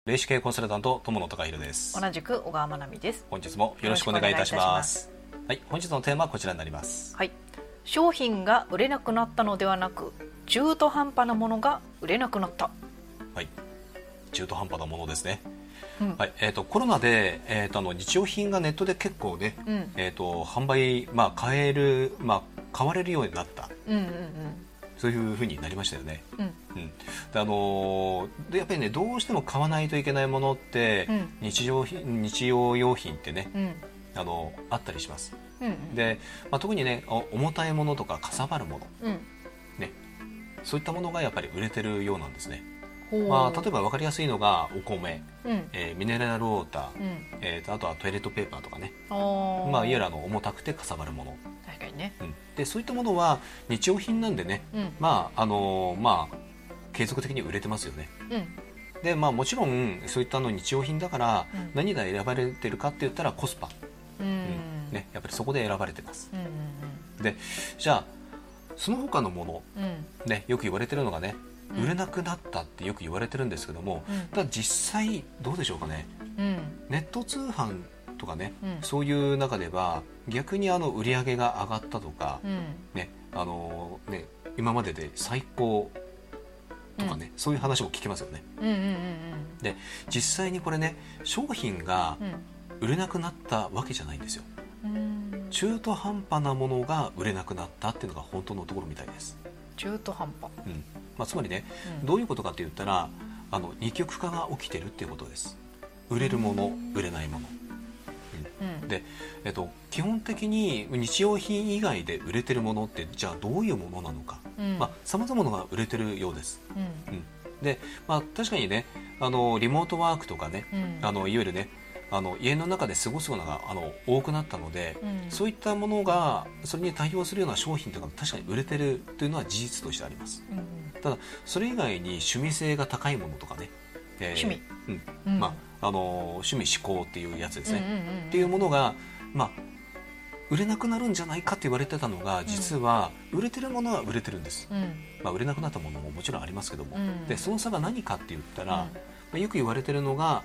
霊視系コンサルタント友野孝弘です。 同じく小川真奈美です。 本日もよろしくお願いいたします。はい、本日のテーマはこちらになります。 はい、商品が売れなくなったのではなく、中途半端なものが売れなくなった。 はい、中途半端なものですね。 はい、 コロナで、日用品がネットで結構ね、販売、買える、買われるようになった。そういう風になりましたよね。でやっぱりね、どうしても買わないといけないものって、日用用品ってね、あったりします。で、特にね、重たいものとかかさばるもの、ね、そういったものがやっぱり売れてるようなんですね。例えば分かりやすいのがお米、ミネラルウォーター、あとはトイレットペーパーとかね、いわゆる重たくてかさばるもの、 確かにね、 でそういったものは日用品なんでね、継続的に売れてますよね。でもちろんそういった日用品だから、何が選ばれてるかって言ったらコスパ、ね、やっぱりそこで選ばれてます。でじゃあその他のもの、ね、よく言われてるのがね、売れなくなったってよく言われてるんですけども、ただ実際どうでしょうかね。ネット通販とかね、そういう中では逆に売り上げが上がったとか、今までで最高とかね、そういう話も聞きますよね。で実際にこれね、商品が売れなくなったわけじゃないんですよ。中途半端なものが売れなくなったっていうのが本当のところみたいです。 中途半端、 つまりね、どういうことかって言ったら、二極化が起きてるっていうことです。売れるもの、売れないもの、で、基本的に日用品以外で売れてるものってじゃあどういうものなのか、様々なものが売れてるようです。で、確かにね、リモートワークとかね、いわゆるね、家の中で過ごすのが多くなったので、そういったものがそれに対応するような商品というのが確かに売れてるというのは事実としてあります。ただそれ以外に趣味性が高いものとかね、趣味嗜好っていうやつですね、っていうものが、売れなくなるんじゃないかって言われてたのが、実は売れてるものは売れてるんです。売れなくなったものももちろんありますけども、でその差が何かって言ったら、よく言われてるのが、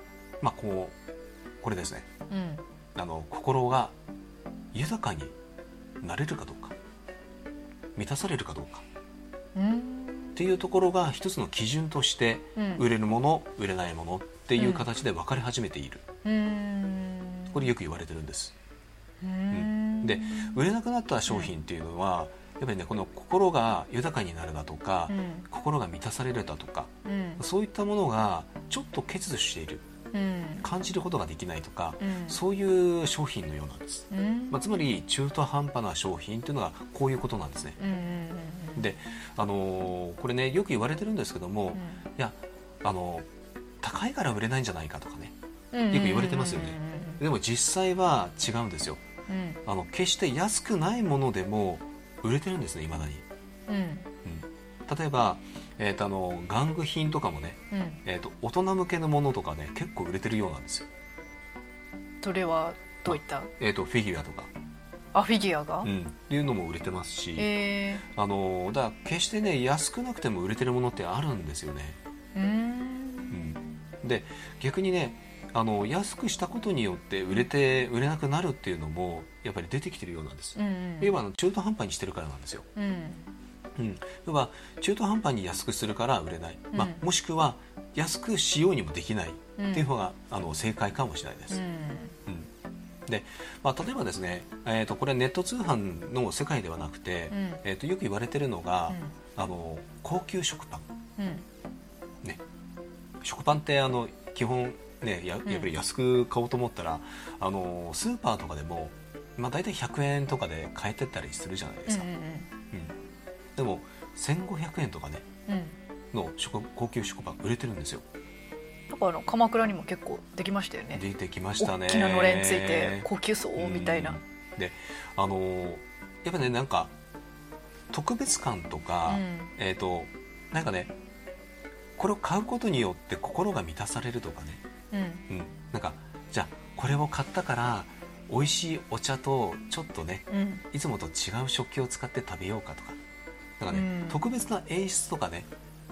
これですね、心が豊かになれるかどうか、満たされるかどうかっていうところが一つの基準として、売れるもの、売れないものっていう形で分かれ始めている、これよく言われてるんです。で売れなくなった商品っていうのは、やっぱりね、この心が豊かになるだとか、心が満たされるだとか、そういったものがちょっと欠如している、感じることができないとか、そういう商品のようなんです。つまり中途半端な商品というのがこういうことなんですね。で、これね、よく言われてるんですけども、いや、高いから売れないんじゃないかとかね、よく言われてますよね。でも実際は違うんですよ。決して安くないものでも売れてるんですね、未だに。例えば、玩具品とかもね、大人向けのものとかね、結構売れてるようなんですよ。 それはどういった？ フィギュアとか、 フィギュアが、 っていうのも売れてますし、だから決してね、安くなくても売れてるものってあるんですよね。で逆にね、安くしたことによって売れなくなるっていうのもやっぱり出てきてるようなんです。要は中途半端にしてるからなんですよ。要は中途半端に安くするから売れない、もしくは安くしようにもできないっていうのが、正解かもしれないです。で例えばですね、これネット通販の世界ではなくて、よく言われてるのが、高級食パン、食パンって基本ね、やっぱり安く買おうと思ったら、スーパーとかでも、大体100円とかで買えてたりするじゃないですか。でも1500円とかね、の高級食パン売れてるんですよ。 だから鎌倉にも結構できましたよね。 出てきましたね。 大きなのれんついて高級そうみたいな。 でやっぱね、なんか特別感とか、なんかね、これを買うことによって心が満たされるとかね、なんかじゃあこれを買ったから美味しいお茶とちょっとね、いつもと違う食器を使って食べようかとか、なんかね、特別な演出とかね、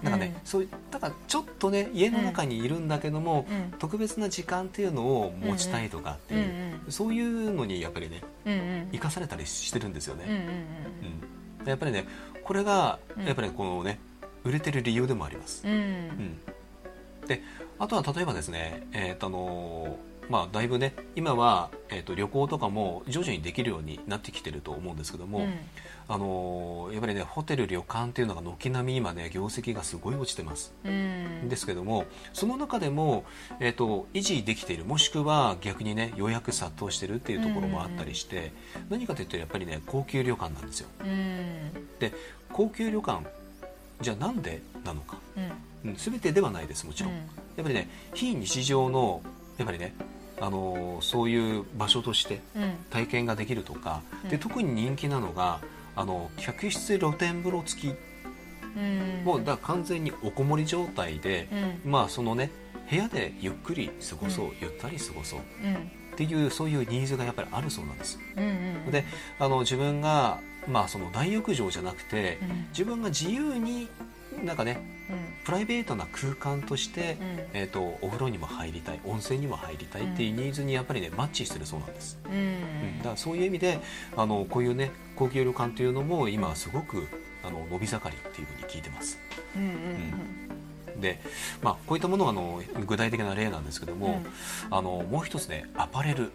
なんかね、そういうだからちょっとね家の中にいるんだけども、特別な時間っていうのを持ちたいとかっていう、そういうのにやっぱりね、生かされたりしてるんですよね。やっぱりねこれがやっぱりこのね売れてる理由でもあります。であとは例えばですね、だいぶね今は、旅行とかも徐々にできるようになってきてると思うんですけども、やっぱりねホテル旅館っていうのが軒並み今ね業績がすごい落ちてます。ですけどもその中でも、維持できている、もしくは逆にね予約殺到してるっていうところもあったりして、何かというとやっぱりね高級旅館なんですよ。で高級旅館じゃあなんでなのか、全てではないです。もちろん、やっぱりね非日常のやっぱりねそういう場所として体験ができるとか、で特に人気なのが客室露天風呂付き、もうだから完全におこもり状態で、そのね部屋でゆっくり過ごそう、ゆったり過ごそう、っていうそういうニーズがやっぱりあるそうなんです。で自分がその大浴場じゃなくて、自分が自由になんかね、プライベートな空間として、お風呂にも入りたい、温泉にも入りたいっていうニーズにやっぱりねマッチしてるそうなんです。だからそういう意味でこういうね高級旅館というのも今すごく伸び盛りっていうふうに聞いてます。でこういったものが具体的な例なんですけども、もう一つねアパレル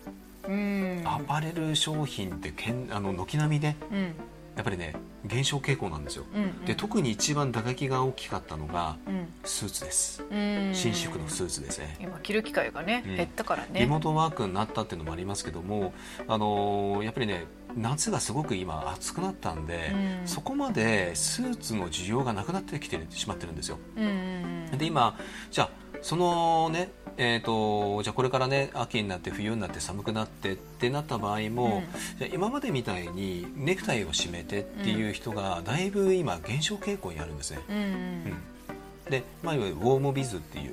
商品って軒並みね、やっぱりね減少傾向なんですよ。で特に一番打撃が大きかったのがスーツです。紳士服のスーツですね。 今着る機会がね、減ったからね。 リモートワークになったっていうのもありますけども、やっぱりね夏がすごく今暑くなったんで、そこまでスーツの需要がなくなってきてしまってるんですよ。で今じゃあそのねじゃあこれからね秋になって冬になって寒くなってってなった場合も、じゃあ今までみたいにネクタイを締めてっていう人がだいぶ今減少傾向にあるんですね。で、いわゆるウォームビズっていう、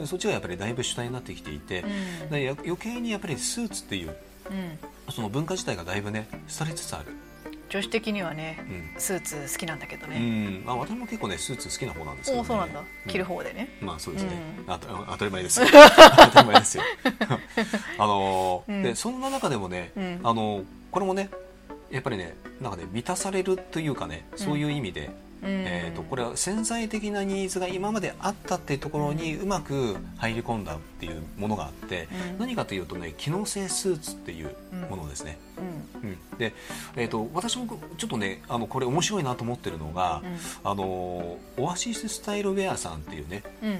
そっちがやっぱりだいぶ主体になってきていて、余計にやっぱりスーツっていう、その文化自体がだいぶね廃れつつある。 女子的にはね、スーツ好きなんだけどね。 私も結構ねスーツ好きな方なんですけどね。 そうなんだ。着る方でね。 そうですね。当たり前です。当たり前ですよ。でそんな中でもね、これもねやっぱりねなんかね満たされるというかね、そういう意味で。これは潜在的なニーズが今まであったっていうところにうまく入り込んだっていうものがあって、何かというとね機能性スーツっていうものですね。で、私もちょっとねこれ面白いなと思ってるのが、オアシススタイルウェアさんっていうね、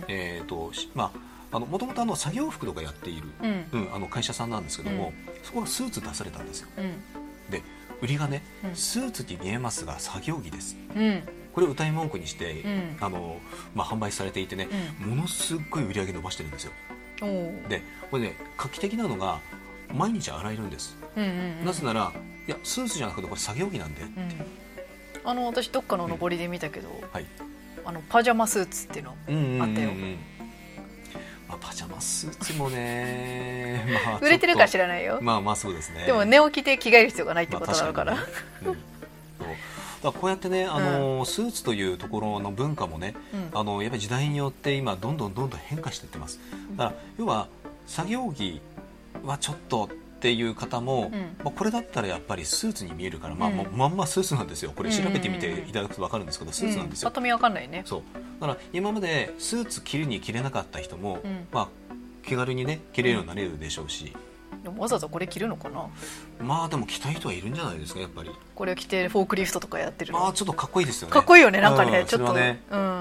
もともと作業服とかやっている、会社さんなんですけども、そこがスーツ出されたんですよ。で売りがね、スーツに見えますが作業着です。これを謳い文句にして、販売されていてね、ものすごい売り上げ伸ばしてるんですよ。でこれね画期的なのが毎日洗えるんです。なぜならいやスーツじゃなくてこれ作業着なんでって、 私どっかの上りで見たけど、パジャマスーツっていうのあったよ。 パジャマスーツもね売れてるか知らないよ。 そうですね。 でも寝起きで着替える必要がないってことなのかな。 こうやってね、スーツというところの文化もね、やっぱり時代によって今どんどん変化していってます。だから要は作業着はちょっとっていう方も、これだったらやっぱりスーツに見えるから、まんまスーツだですよ。これ調べてみていただくと分かるんですけど、スーツなんですよ。 ぱっと見分かんないね。 そうだから今までスーツ着るに着れなかった人も、気軽にね着れるようになれるでしょうし、 でもわざわざこれ着るのかな。 でも着たい人はいるんじゃないですかやっぱり。 これを着てフォークリフトとかやってるの。 ちょっとかっこいいですよね。 かっこいいよねなんかね、ちょっとね。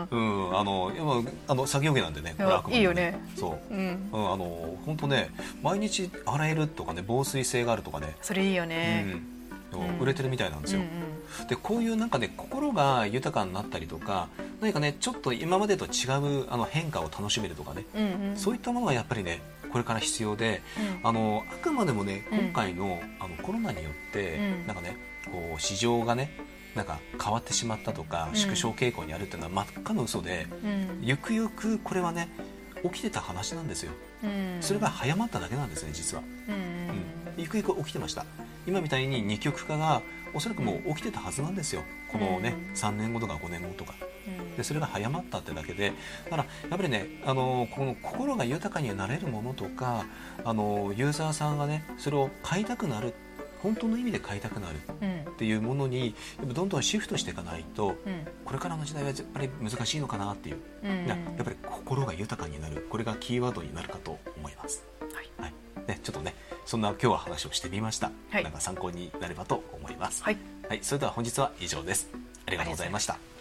作業着なんでね。 いいよね。 そう。本当ね毎日洗えるとかね、防水性があるとかね。 それいいよね。 売れてるみたいなんですよ。でこういうなんかね心が豊かになったりとか、何かねちょっと今までと違う変化を楽しめるとかね、そういったものがやっぱりねこれから必要で、あくまでもね今回のコロナによってなんかねこう市場がねなんか変わってしまったとか縮小傾向にあるっていうのは真っ赤の嘘で、ゆくゆくこれはね起きてた話なんですよ。それが早まっただけなんですね実は。ゆくゆく起きてました。今みたいに二極化がおそらくもう起きてたはずなんですよ。このね3年後とか5年後とか。 でそれが早まったってだけで、だからやっぱりね、この心が豊かになれるものとか、ユーザーさんがねそれを買いたくなる、本当の意味で買いたくなるっていうものにどんどんシフトしていかないと、これからの時代はやっぱり難しいのかなっていう、やっぱり心が豊かになる、これがキーワードになるかと思います。はいね、ちょっとねそんな今日は話をしてみました。なんか参考になればと思います。はい、それでは本日は以上です。ありがとうございました。